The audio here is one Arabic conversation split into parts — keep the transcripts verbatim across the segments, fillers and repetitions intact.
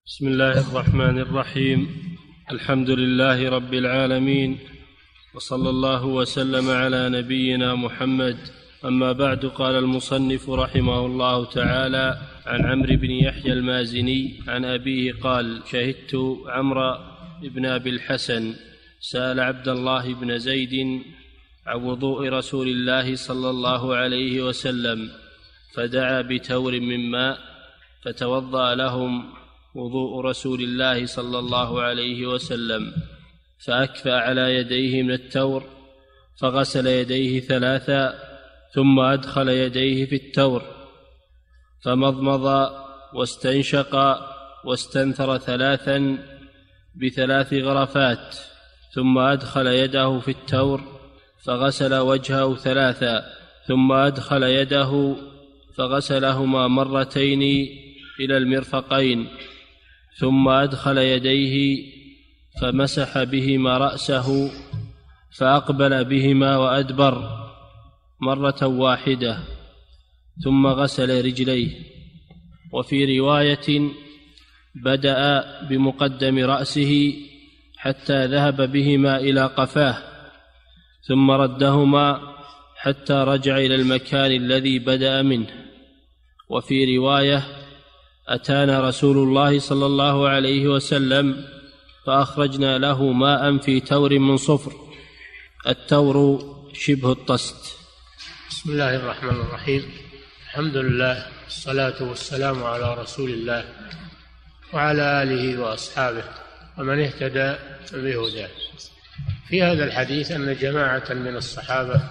بسم الله الرحمن الرحيم. الحمد لله رب العالمين، وصلى الله وسلم على نبينا محمد. أما بعد، قال المصنف رحمه الله تعالى: عن عمرو بن يحيى المازني عن أبيه قال: شهدت عمرو بن أبي الحسن سأل عبد الله بن زيد عن وضوء رسول الله صلى الله عليه وسلم، فدعا بتور من ماء فتوضأ لهم وضوء رسول الله صلى الله عليه وسلم، فأكفأ على يديه من التور، فغسل يديه ثلاثا، ثم أدخل يديه في التور، فمضمض واستنشق واستنثر ثلاثا بثلاث غرفات، ثم أدخل يده في التور فغسل وجهه ثلاثا، ثم أدخل يده فغسلهما مرتين إلى المرفقين، ثم أدخل يديه فمسح بهما رأسه، فأقبل بهما وأدبر مرة واحدة، ثم غسل رجليه. وفي رواية: بدأ بمقدم رأسه حتى ذهب بهما إلى قفاه، ثم ردهما حتى رجع إلى المكان الذي بدأ منه. وفي رواية: أتانا رسول الله صلى الله عليه وسلم فأخرجنا له ماء في تور من صفر. التور شبه الطست. بسم الله الرحمن الرحيم. الحمد لله، الصلاة والسلام على رسول الله وعلى آله وأصحابه ومن اهتدى بهداه. في هذا الحديث أن جماعة من الصحابة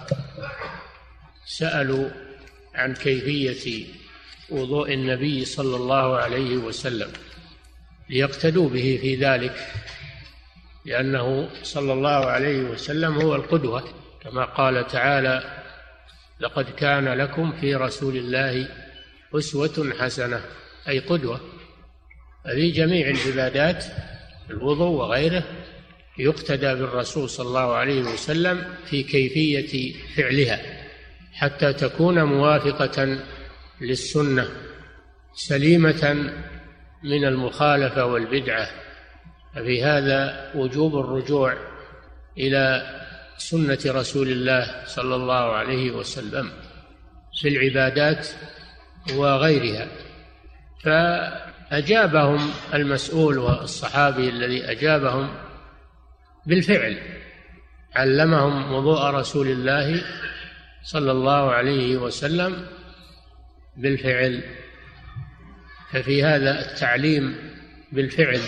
سألوا عن كيفية وضوء النبي صلى الله عليه وسلم ليقتدوا به في ذلك، لأنه صلى الله عليه وسلم هو القدوة، كما قال تعالى: لقد كان لكم في رسول الله أسوة حسنة، أي قدوة. في جميع العبادات الوضوء وغيره يقتدى بالرسول صلى الله عليه وسلم في كيفية فعلها حتى تكون موافقة للسنة سليمة من المخالفة والبدعة. ففي هذا وجوب الرجوع إلى سنة رسول الله صلى الله عليه وسلم في العبادات وغيرها. فأجابهم المسؤول والصحابي الذي أجابهم بالفعل، علمهم وضوء رسول الله صلى الله عليه وسلم بالفعل. ففي هذا التعليم بالفعل،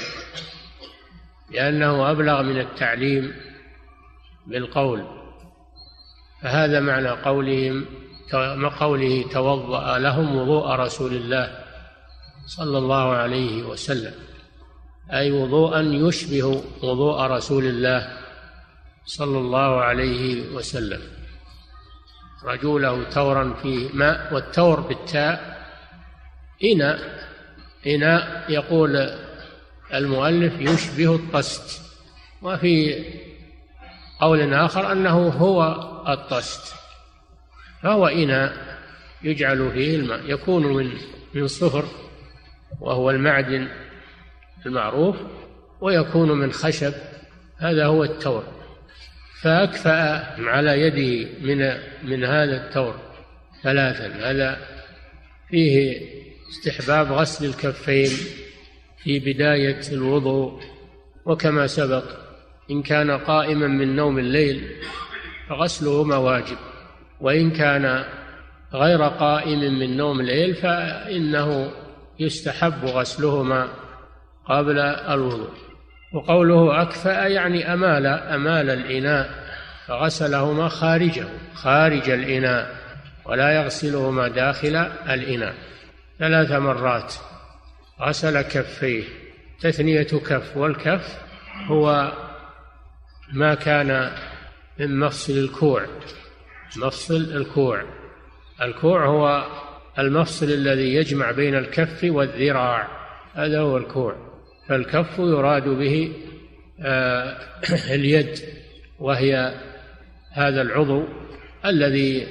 لأنه أبلغ من التعليم بالقول. فهذا معنى قولهم قوله توضأ لهم وضوء رسول الله صلى الله عليه وسلم، أي وضوءا يشبه وضوء رسول الله صلى الله عليه وسلم. رجوله تورا فيه ماء، والتور بالتاء إناء. إناء يقول المؤلف يشبه الطست، وفي قول آخر أنه هو الطست، فهو إناء يجعل فيه الماء، يكون من من صفر وهو المعدن المعروف، ويكون من خشب، هذا هو التور. فأكفأ على يده من من هذا التور ثلاثا. هذا فيه استحباب غسل الكفين في بداية الوضوء، وكما سبق إن كان قائما من نوم الليل فغسلهما واجب، وإن كان غير قائم من نوم الليل فإنه يستحب غسلهما قبل الوضوء. وقوله أكفأ يعني أمال أمال الإناء، فغسلهما خارجه خارج الإناء، ولا يغسلهما داخل الإناء. ثلاث مرات غسل كفيه، تثنية كف، والكف هو ما كان من مفصل الكوع. مفصل الكوع الكوع هو المفصل الذي يجمع بين الكف والذراع، هذا هو الكوع. فالكف يراد به آه اليد، وهي هذا العضو الذي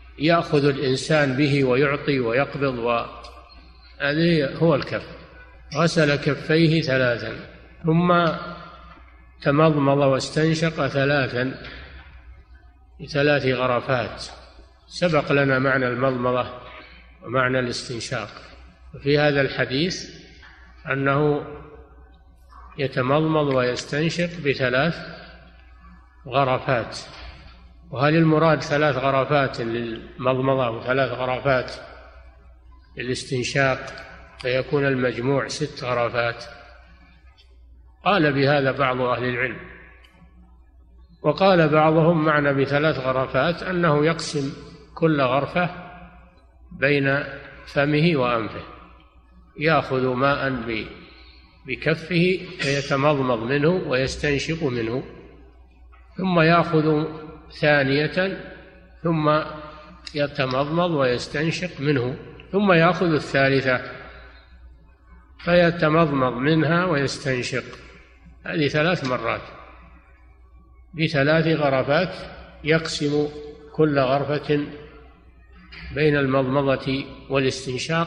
يأخذ الإنسان به ويعطي ويقبض، وهذا هو الكف. غسل كفيه ثلاثا ثم تمضمض واستنشق ثلاثا بثلاث غرفات. سبق لنا معنى المضمضة ومعنى الاستنشاق. وفي هذا الحديث أنه يتمضمض ويستنشق بثلاث غرفات. وهل المراد ثلاث غرفات للمضمضة وثلاث غرفات للاستنشاق فيكون المجموع ست غرفات؟ قال بهذا بعض أهل العلم. وقال بعضهم معنى بثلاث غرفات أنه يقسم كل غرفة بين فمه وأنفه، يأخذ ماء بكفه فيتمضمض منه ويستنشق منه، ثم يأخذ ثانية ثم يتمضمض ويستنشق منه، ثم يأخذ الثالثة فيتمضمض منها ويستنشق. هذه ثلاث مرات بثلاث غرفات، يقسم كل غرفة بين المضمضة والاستنشاق،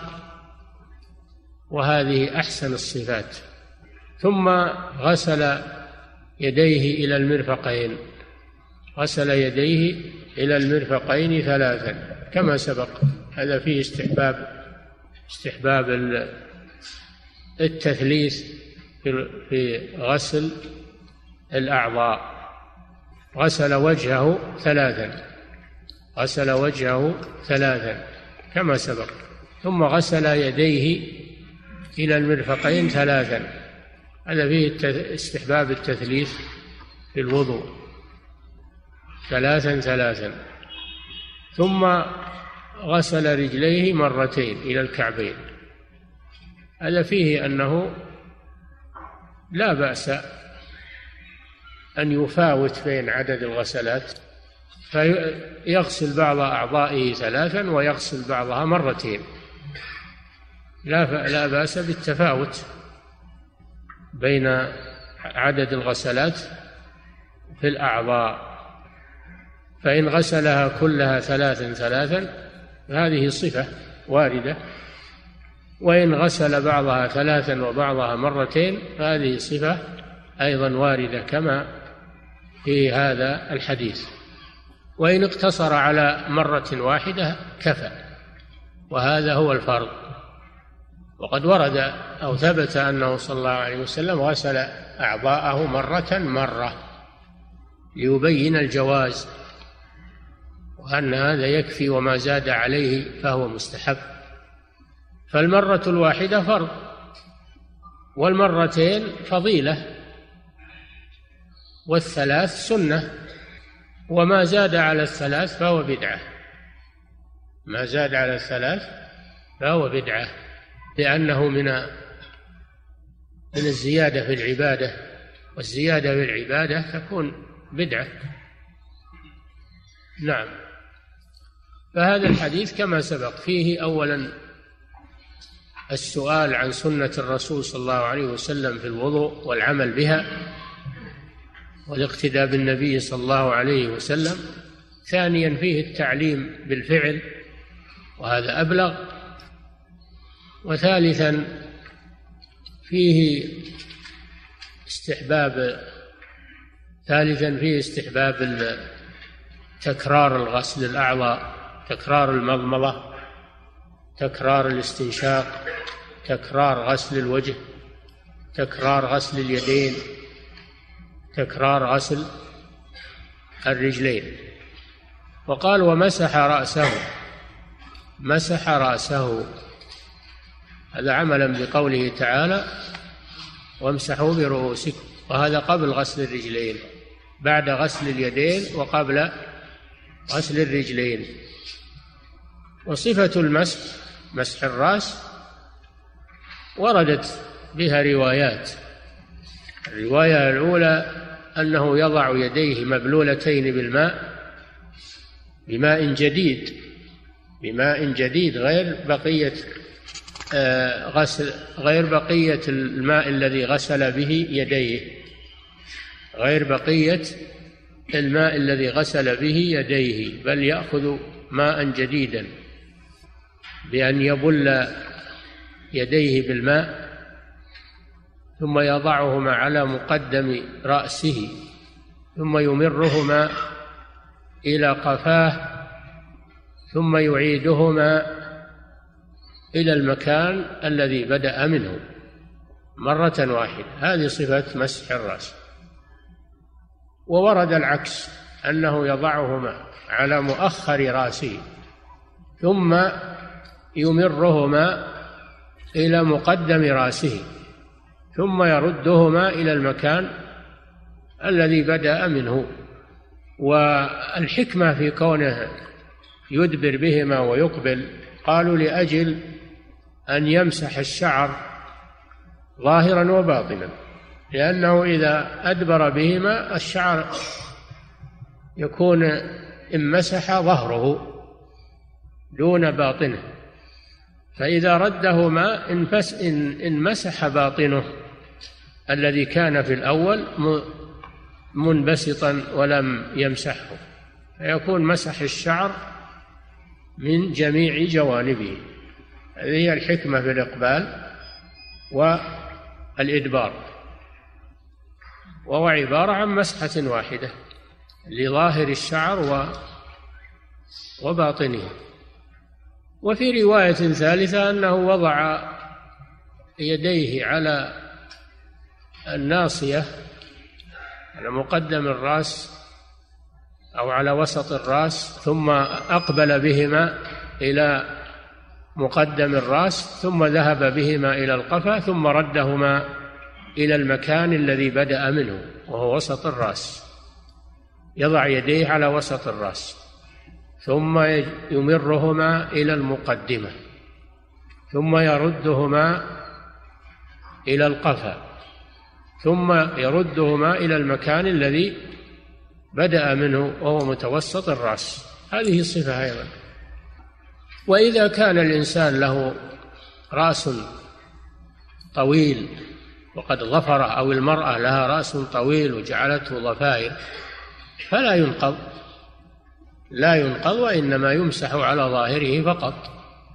وهذه أحسن الصفات. ثم غسل يديه إلى المرفقين، غسل يديه إلى المرفقين ثلاثا كما سبق. هذا فيه استحباب استحباب التثليث في غسل الأعضاء. غسل وجهه ثلاثا غسل وجهه ثلاثا كما سبق. ثم غسل يديه إلى المرفقين ثلاثا. هذا فيه استحباب التثليث في الوضوء، ثلاثا ثلاثا. ثم غسل رجليه مرتين إلى الكعبين. هذا فيه أنه لا بأس أن يفاوت بين عدد الغسلات، فيغسل بعض أعضائه ثلاثا ويغسل بعضها مرتين، لا لا بأس بالتفاوت بين عدد الغسلات في الأعضاء. فإن غسلها كلها ثلاثا ثلاثا هذه صفة واردة، وإن غسل بعضها ثلاثا وبعضها مرتين هذه صفة أيضا واردة كما في هذا الحديث. وإن اقتصر على مرة واحدة كفى، وهذا هو الفرض. وقد ورد أو ثبت أنه صلى الله عليه وسلم غسل أعضاءه مرة مرة ليبين الجواز، وأن هذا يكفي، وما زاد عليه فهو مستحب. فالمرة الواحدة فرض، والمرتين فضيلة، والثلاث سنة، وما زاد على الثلاث فهو بدعة. ما زاد على الثلاث فهو بدعة، لأنه من من الزيادة في العبادة، والزيادة في العبادة تكون بدعة. نعم. فهذا الحديث كما سبق فيه أولا السؤال عن سنة الرسول صلى الله عليه وسلم في الوضوء والعمل بها والاقتداء بالنبي صلى الله عليه وسلم. ثانيا فيه التعليم بالفعل، وهذا أبلغ. وثالثا فيه استحباب ثالثا فيه استحباب تكرار الغسل الأعضاء، تكرار المضمضة، تكرار الاستنشاق، تكرار غسل الوجه، تكرار غسل اليدين، تكرار غسل الرجلين. وقال ومسح رأسه، مسح رأسه، هذا عملا بقوله تعالى وامسحوا برؤوسكم، وهذا قبل غسل الرجلين، بعد غسل اليدين وقبل غسل الرجلين. وصفة المسح، مسح الرأس، وردت بها روايات. الرواية الأولى أنه يضع يديه مبلولتين بالماء، بماء جديد، بماء جديد غير بقية غسل غير بقية الماء الذي غسل به يديه، غير بقية الماء الذي غسل به يديه، بل يأخذ ماء جديدا بأن يبل يديه بالماء ثم يضعهما على مقدم رأسه ثم يمرهما إلى قفاه ثم يعيدهما إلى المكان الذي بدأ منه مرة واحدة. هذه صفة مسح الرأس. وورد العكس، أنه يضعهما على مؤخر رأسه ثم يمرهما إلى مقدم رأسه ثم يردهما إلى المكان الذي بدأ منه. والحكمة في كونه يدبر بهما ويقبل قالوا لأجل أن يمسح الشعر ظاهرا وباطنا، لأنه إذا أدبر بهما الشعر يكون إن مسح ظهره دون باطنه، فإذا ردهما إن مسح باطنه الذي كان في الأول منبسطا ولم يمسحه، فيكون مسح الشعر من جميع جوانبه. هذه هي الحكمة في الإقبال والإدبار، وهو عبارة عن مسحة واحدة لظاهر الشعر وباطنه. وفي رواية ثالثة أنه وضع يديه على الناصية على مقدم الرأس أو على وسط الرأس ثم أقبل بهما إلى مقدم الرأس ثم ذهب بهما إلى القفا ثم ردهما إلى المكان الذي بدأ منه وهو وسط الرأس. يضع يديه على وسط الرأس ثم يمرهما إلى المقدمة ثم يردهما إلى القفا ثم يردهما إلى المكان الذي بدأ منه وهو متوسط الرأس. هذه صفة أيضا. وإذا كان الإنسان له رأس طويل وقد ظفر، أو المرأة لها رأس طويل وجعلته ضفائر، فلا ينقض لا ينقض وإنما يمسح على ظاهره فقط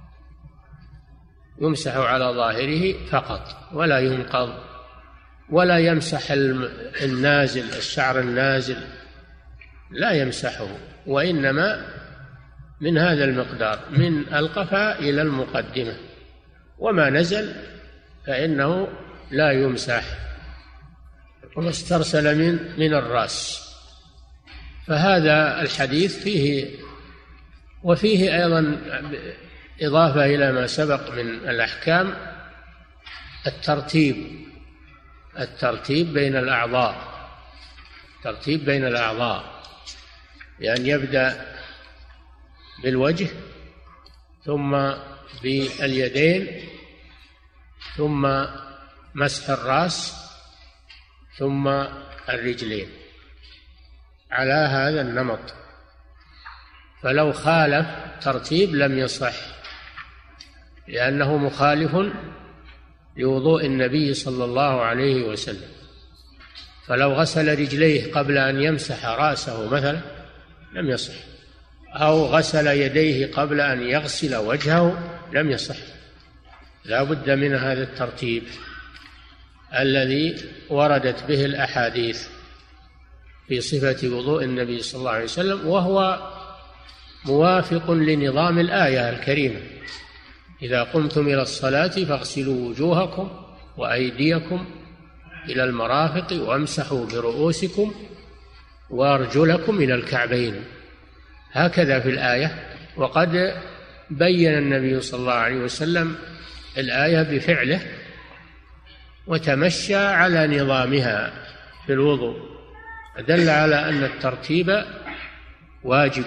يمسح على ظاهره فقط ولا ينقض، ولا يمسح النازل الشعر النازل لا يمسحه، وإنما من هذا المقدار من القفا إلى المقدمة، وما نزل فإنه لا يمسح، وما استرسل من من الرأس. فهذا الحديث فيه وفيه أيضا إضافة إلى ما سبق من الأحكام الترتيب الترتيب بين الأعضاء ترتيب بين الأعضاء يعني يبدأ بالوجه ثم باليدين ثم مسح الرأس ثم الرجلين على هذا النمط. فلو خالف ترتيب لم يصح، لأنه مخالف لوضوء النبي صلى الله عليه وسلم. فلو غسل رجليه قبل أن يمسح رأسه مثلا لم يصح، أو غسل يديه قبل أن يغسل وجهه لم يصح. لا بد من هذا الترتيب الذي وردت به الأحاديث في صفة وضوء النبي صلى الله عليه وسلم، وهو موافق لنظام الآية الكريمة: إذا قمتم إلى الصلاة فاغسلوا وجوهكم وأيديكم إلى المرافق وامسحوا برؤوسكم وأرجلكم إلى الكعبين. هكذا في الآية. وقد بين النبي صلى الله عليه وسلم الآية بفعله وتمشى على نظامها في الوضوء، دل على أن الترتيب واجب.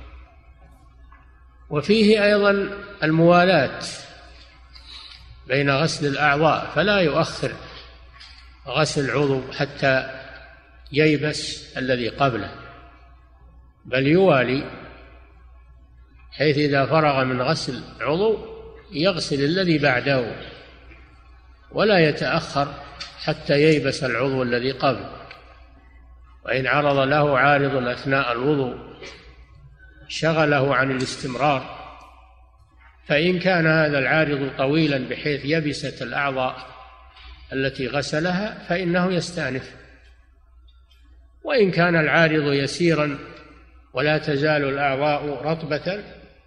وفيه أيضا الموالاة بين غسل الأعضاء، فلا يؤخر غسل عضو حتى ييبس الذي قبله، بل يوالي، حيث إذا فرغ من غسل عضو يغسل الذي بعده ولا يتأخر حتى ييبس العضو الذي قبله. وإن عرض له عارض أثناء الوضوء شغله عن الاستمرار، فإن كان هذا العارض طويلا بحيث يبست الأعضاء التي غسلها فإنه يستأنف. وإن كان العارض يسيرا ولا تزال الأعضاء رطبة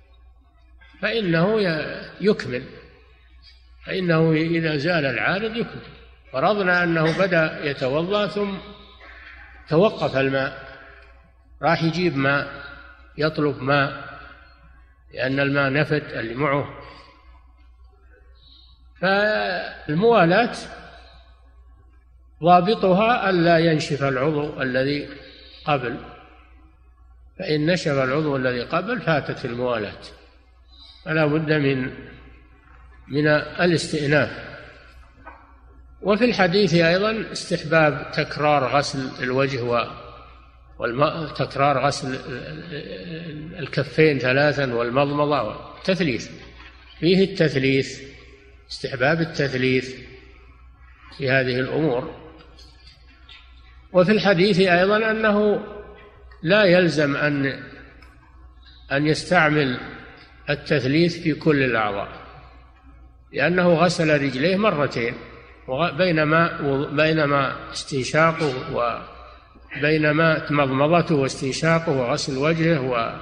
فإنه يكمل، فإنه إذا زال العارض يكمل. فرضنا أنه بدأ يتوضأ ثم توقف الماء، راح يجيب ماء، يطلب ماء لأن الماء نفد اللي معه. فالموالاة ضابطها ألا ينشف العضو الذي قبل، فإن نشف العضو الذي قبل فاتت الموالاة، فلا بد من من الاستئناف. وفي الحديث أيضا استحباب تكرار غسل الوجه والماء، تكرار غسل الكفين ثلاثا والمضمضة والتثليث، فيه التثليث، استحباب التثليث في هذه الأمور. وفي الحديث أيضا أنه لا يلزم أن أن يستعمل التثليث في كل الأعضاء، لأنه غسل رجليه مرتين، بينما بينما استنشاقه وبينما مضمضته واستنشاقه وغسل وجهه و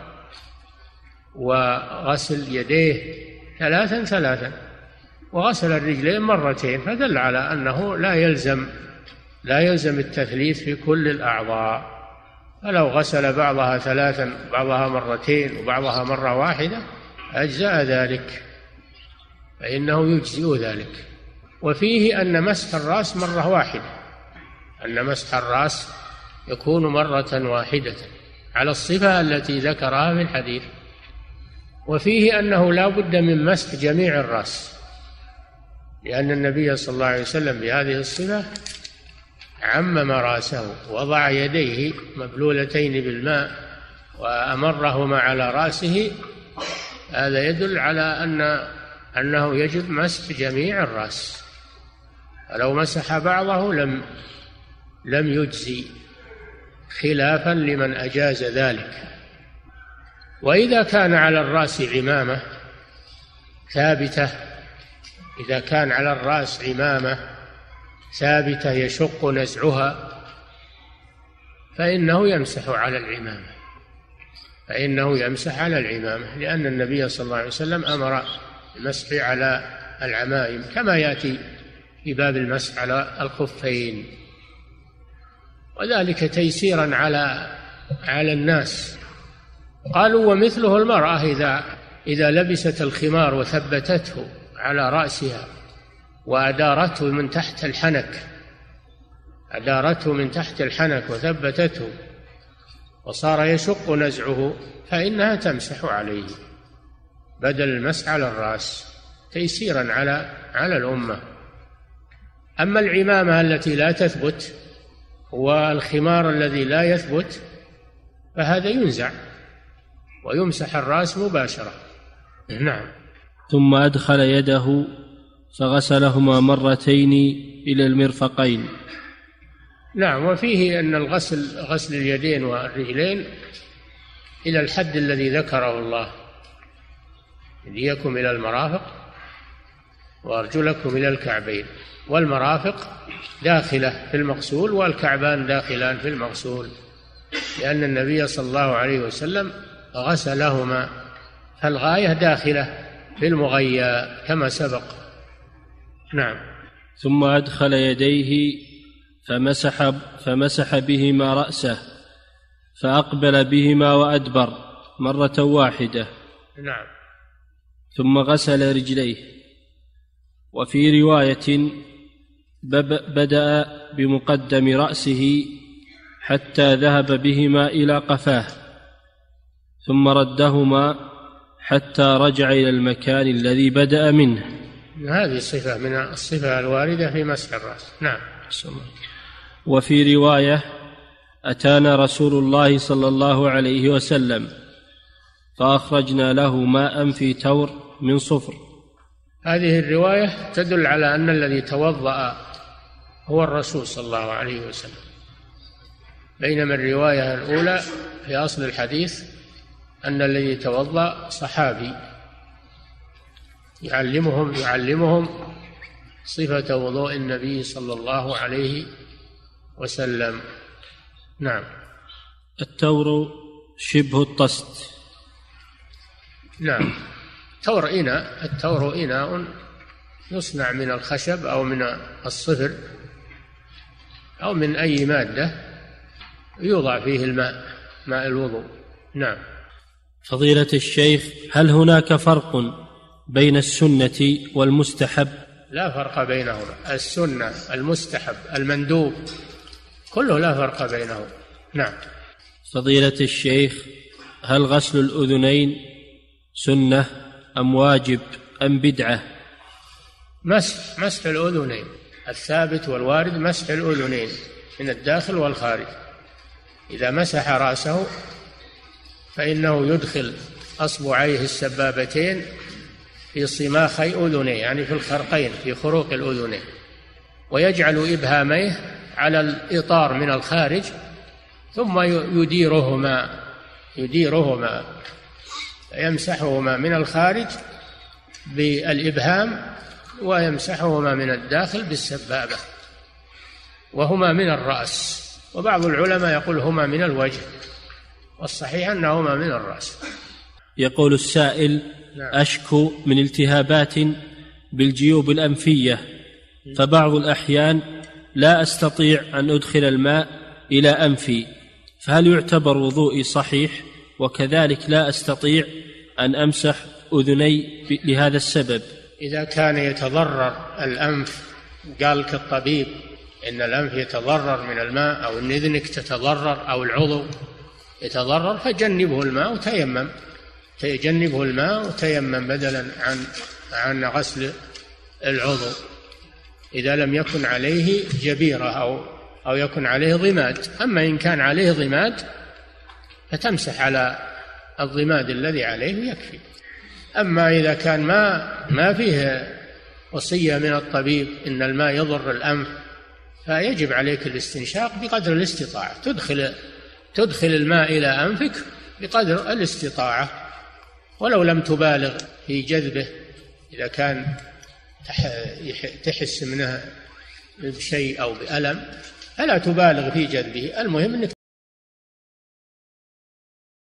وغسل يديه ثلاثا ثلاثا، وغسل الرجلين مرتين، فدل على أنه لا يلزم لا يلزم التثليث في كل الأعضاء. فلو غسل بعضها ثلاثا بعضها مرتين وبعضها مرة واحدة أجزاء ذلك، فإنه يجزئ ذلك. وفيه أن مسح الرأس مرة واحدة، أن مسح الرأس يكون مرة واحدة على الصفة التي ذكرها في الحديث. وفيه أنه لا بد من مسح جميع الرأس، لأن النبي صلى الله عليه وسلم بهذه الصفة عمم رأسه، وضع يديه مبلولتين بالماء وأمرهما على رأسه. هذا يدل على أن أنه يجب مسح جميع الرأس، فلو مسح بعضه لم لم يجزي، خلافا لمن أجاز ذلك. وإذا كان على الرأس عمامة ثابتة، إذا كان على الرأس عمامة ثابتة يشق نزعها فإنه يمسح على العمامة، فإنه يمسح على العمامة، لأن النبي صلى الله عليه وسلم أمر المسح على العمائم كما يأتي في باب المسح على الخفين، وذلك تيسيرا على على الناس. قالوا ومثله المرأة إذا إذا لبست الخمار وثبتته على رأسها وأدارته من تحت الحنك، أدارته من تحت الحنك وثبتته وصار يشق نزعه فإنها تمسح عليه بدل المسح على الرأس، تيسيرا على على الأمة. أما العمامة التي لا تثبت والخمار الذي لا يثبت فهذا ينزع ويمسح الرأس مباشرة. نعم. ثم أدخل يده فغسلهما مرتين إلى المرفقين. نعم. وفيه أن الغسل غسل اليدين والرجلين إلى الحد الذي ذكره الله، يديكم إلى المرافق وأرجلكم إلى الكعبين، والمرافق داخلة في المغسول والكعبان داخلان في المغسول، لأن النبي صلى الله عليه وسلم غسلهما، فالغاية داخلة في المغيى كما سبق. نعم. ثم أدخل يديه فمسح, فمسح بهما رأسه فأقبل بهما وأدبر مرة واحدة. نعم. ثم غسل رجليه. وفي رواية بدأ بمقدم رأسه حتى ذهب بهما إلى قفاه، ثم ردهما حتى رجع إلى المكان الذي بدأ منه. هذه صفة من الصفة الواردة في مسح الرأس. نعم. وفي رواية أتانا رسول الله صلى الله عليه وسلم فأخرجنا له ماء في تور من صفر. هذه الرواية تدل على أن الذي توضأ هو الرسول صلى الله عليه وسلم، بينما الرواية الأولى في أصل الحديث أن الذي توضأ صحابي يعلمهم يعلمهم صفة وضوء النبي صلى الله عليه وسلم. نعم. التور شبه الطست. نعم. تور إناء، التور إناء يصنع من الخشب أو من الصفر أو من أي مادة يوضع فيه الماء، ماء الوضوء. نعم. فضيلة الشيخ، هل هناك فرق بين السنة والمستحب؟ لا فرق بينهما، السنة المستحب المندوب كله لا فرق بينهما. نعم. فضيلة الشيخ، هل غسل الأذنين سنة أم واجب أم بدعة؟ مسح مسح الأذنين، الثابت والوارد مسح الأذنين من الداخل والخارج. إذا مسح رأسه فإنه يدخل أصبعيه السبابتين في صماخي أذنيه، يعني في الخرقين، في خروق الأذنين، ويجعل إبهاميه على الإطار من الخارج، ثم يديرهما يديرهما يمسحهما من الخارج بالإبهام ويمسحهما من الداخل بالسبابة، وهما من الرأس. وبعض العلماء يقول هما من الوجه، والصحيح أنهما من الرأس. يقول السائل: نعم. أشكو من التهابات بالجيوب الأنفية، فبعض الأحيان لا أستطيع أن أدخل الماء إلى أنفي، فهل يعتبر وضوئي صحيح؟ وكذلك لا أستطيع أن أمسح أذني لهذا السبب. إذا كان يتضرر الأنف، قال لك الطبيب إن الأنف يتضرر من الماء، أو إن أذنك تتضرر، أو العضو يتضرر، فجنبه الماء وتيمم، تجنبه الماء وتيمم بدلا عن عن غسل العضو، إذا لم يكن عليه جبيرة أو أو يكن عليه ضماد. أما إن كان عليه ضماد فتمسح على الضماد الذي عليه يكفي. أما إذا كان ما ما فيه وصية من الطبيب إن الماء يضر الأنف، فيجب عليك الاستنشاق بقدر الاستطاعة، تدخل تدخل الماء إلى أنفك بقدر الاستطاعة، ولو لم تبالغ في جذبه. إذا كان تحس منه بشيء أو بألم فلا تبالغ في جذبه، المهم أنك